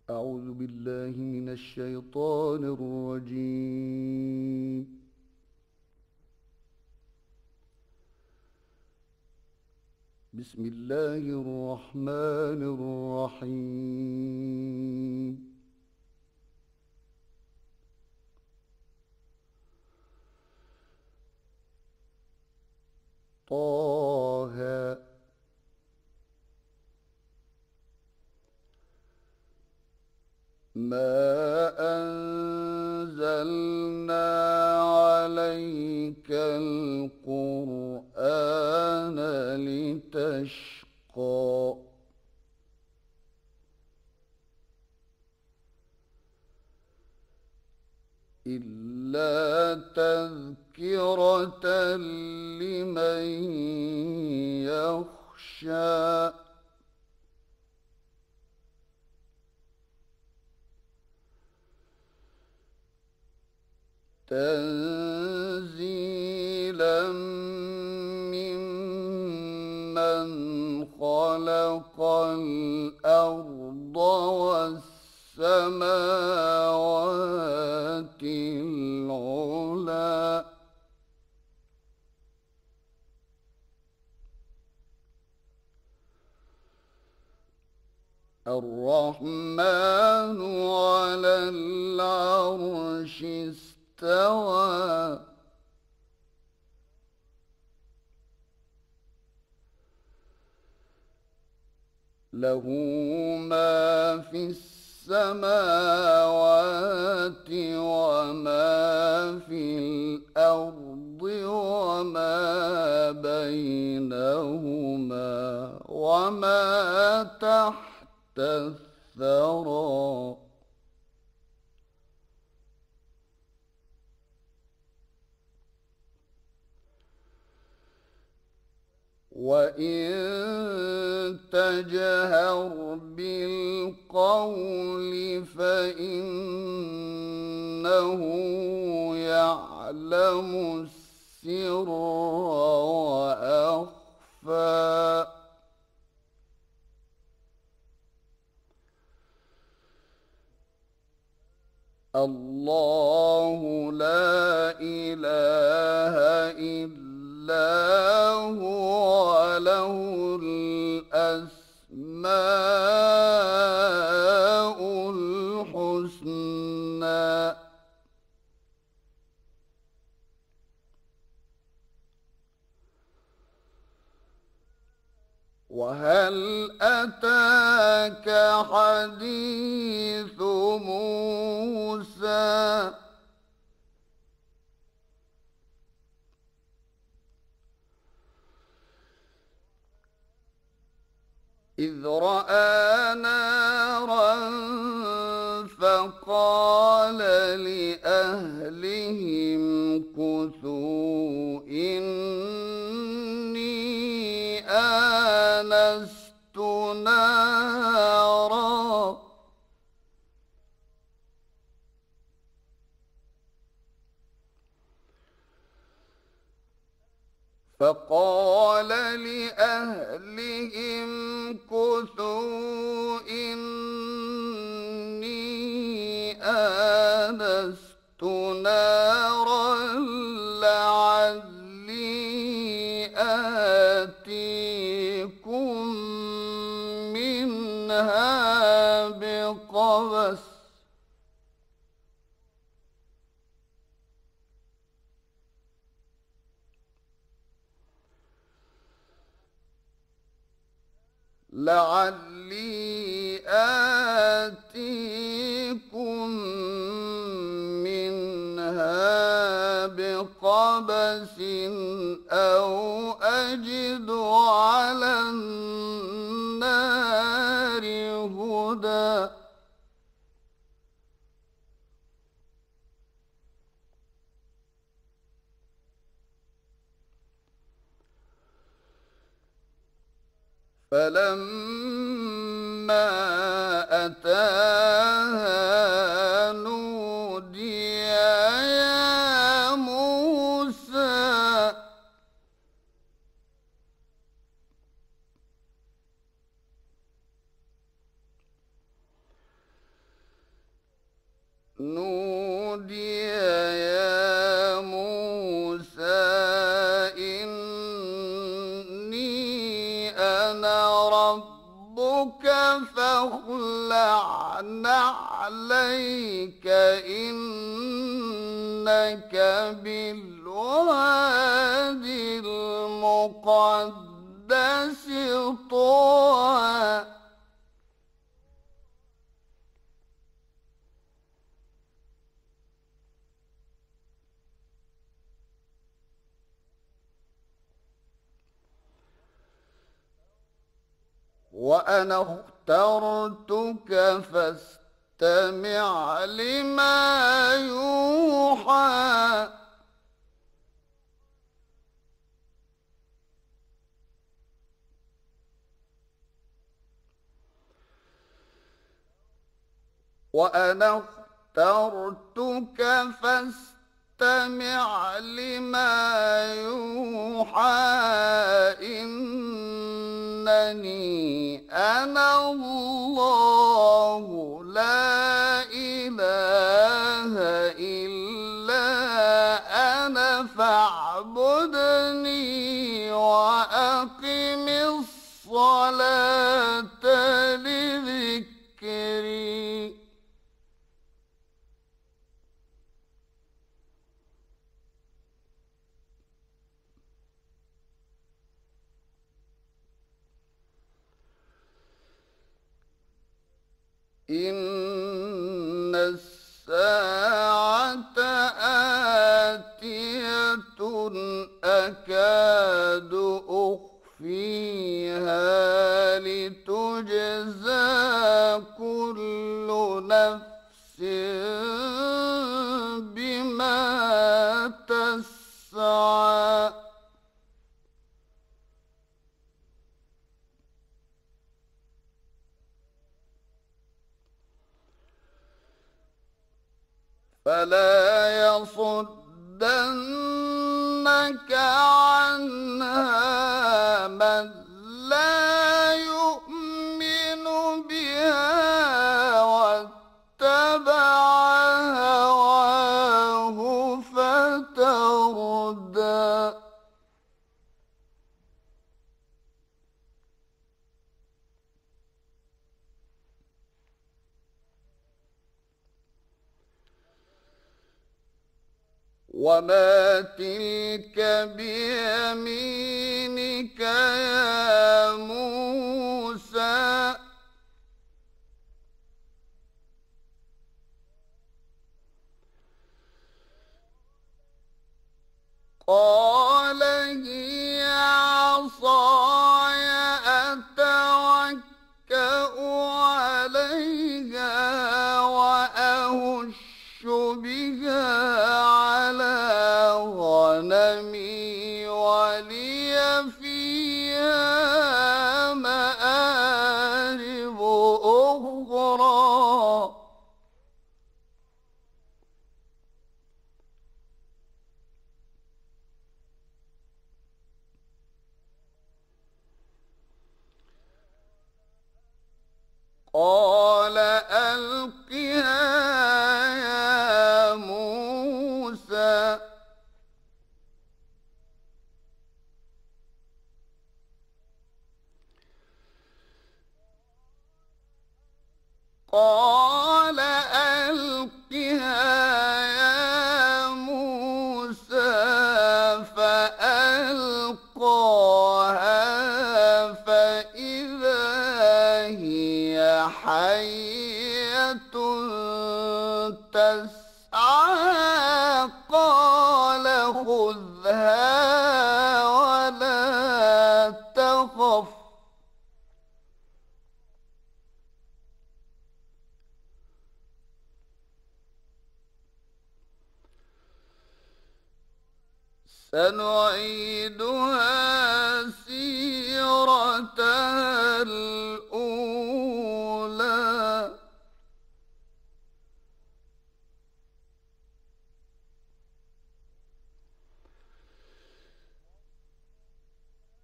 أعوذ بالله من الشيطان الرجيم. بسم الله الرحمن الرحيم. طه. ما أنزلنا عليك القرآن لتشقى إلا تذكرة لمن يخشى تنزيلا ممن خلق الأرض والسماوات العلى الرحمن على العرش استوى له ما في السماوات وما في الأرض وما بينهما وما تحت الثرى وإن تجهر بالقول فإنه يعلم السر وأخفى الله لا إله إلا هو له الأسماء الحسنى وهل أتاك حديث موسى إذ رأى نارا فقال لأهلهم كثوا إني آنست نارا فقال لأهلهم كثوا إني آنست نارا لعلي آتيكم منها بقبس منها بقبس أو أجد على النار هدى فلما أتاها نودي يا موسى نودي يا موسى إني أنا ربك فاخلع نعليك إنك بالوادي المقدس طوى. وأنا اخترتك فاستمع لما يوحى. وأنا اخترتك فاستمع لما يوحى إنني أنا الله لا إله إلا أنا فاعبدني وأقم الصلاة لذكري. إن الساعة آتية أكاد أخفيها لتجزى كل نفس بما تسعى. فلا يصدنك عنها من لا يؤمن بها واتبع هواه فتردى. وما تلك بيمينك يا موسى. قال هي عصاي أتوكأ عليها وأهش بها على غنمي ولي فيها مآرب أخرى. قال ألقها يا موسى. قال ألقها يا موسى فألقاها فإذا هي حية تسعى. قال خذها ولا تخف سنعيدها سيرتها الأولى.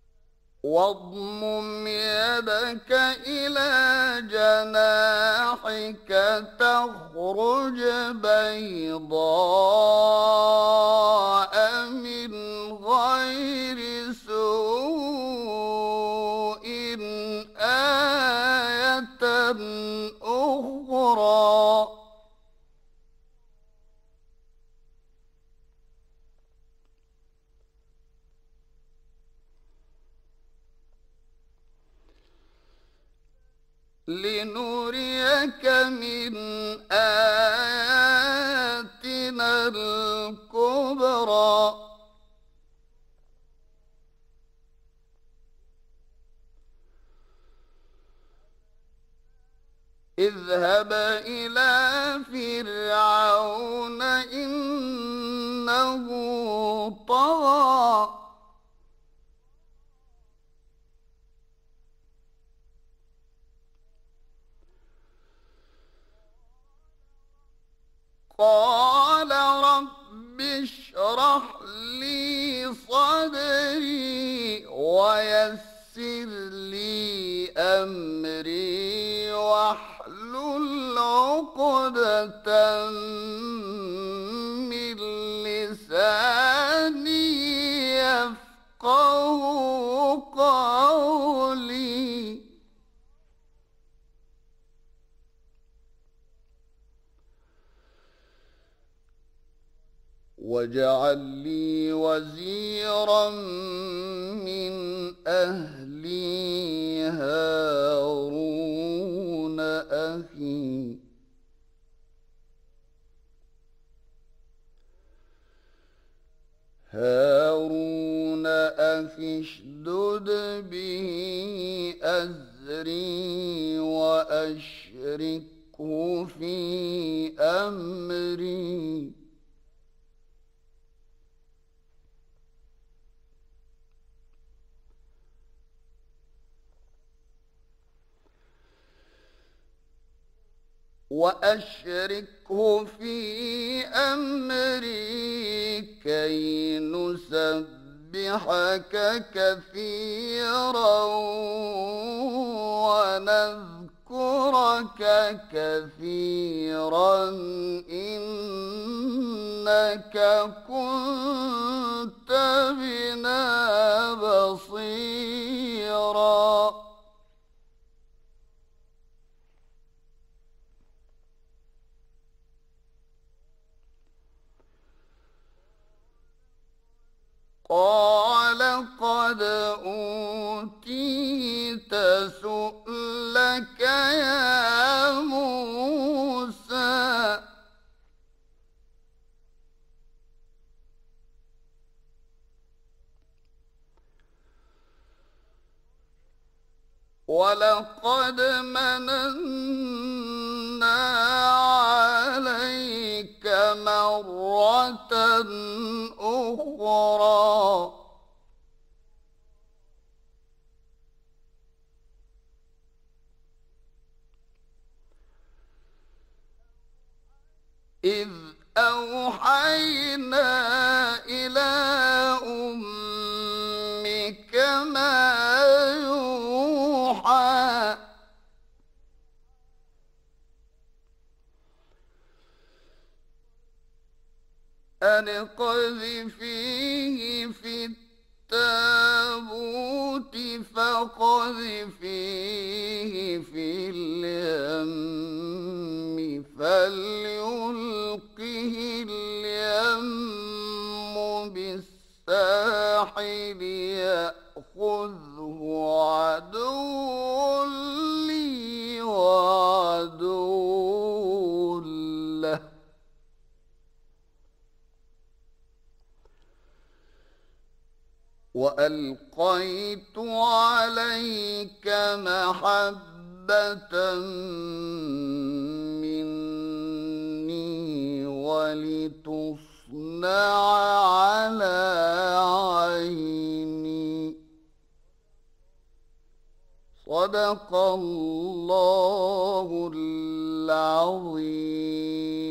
واضمم يدك إلى جناحك جناحك تخرج بيضاء من غير سوء آية أخرى. لنريك من آياتنا الكبرى. اذهب إلى فرعون إنه طغى. قال رب اشرح لي صدري ويسر لي أمري واحلل عقدة من لساني يفقه قولي. واجعل لي وزيرا من أهلي هارون أخي. اشدد به أزري وأشركه في أمري. كي نسبحك كثيرا ونذكرك كثيرا إنك كنت بنا بصيرا. قال قد أوتيت سؤلك يا موسى. ولقد مننا عليك مرة أخرى إذ أوحينا إلى أمك ما يوحى أن اقذفيه في التابوت فاقذفيه في اليم فليلقه اليم بالساحل يأخذه عدو لي وعدو له وألقيت عليك محبة مني ولتصنع على عيني. صدق الله العظيم.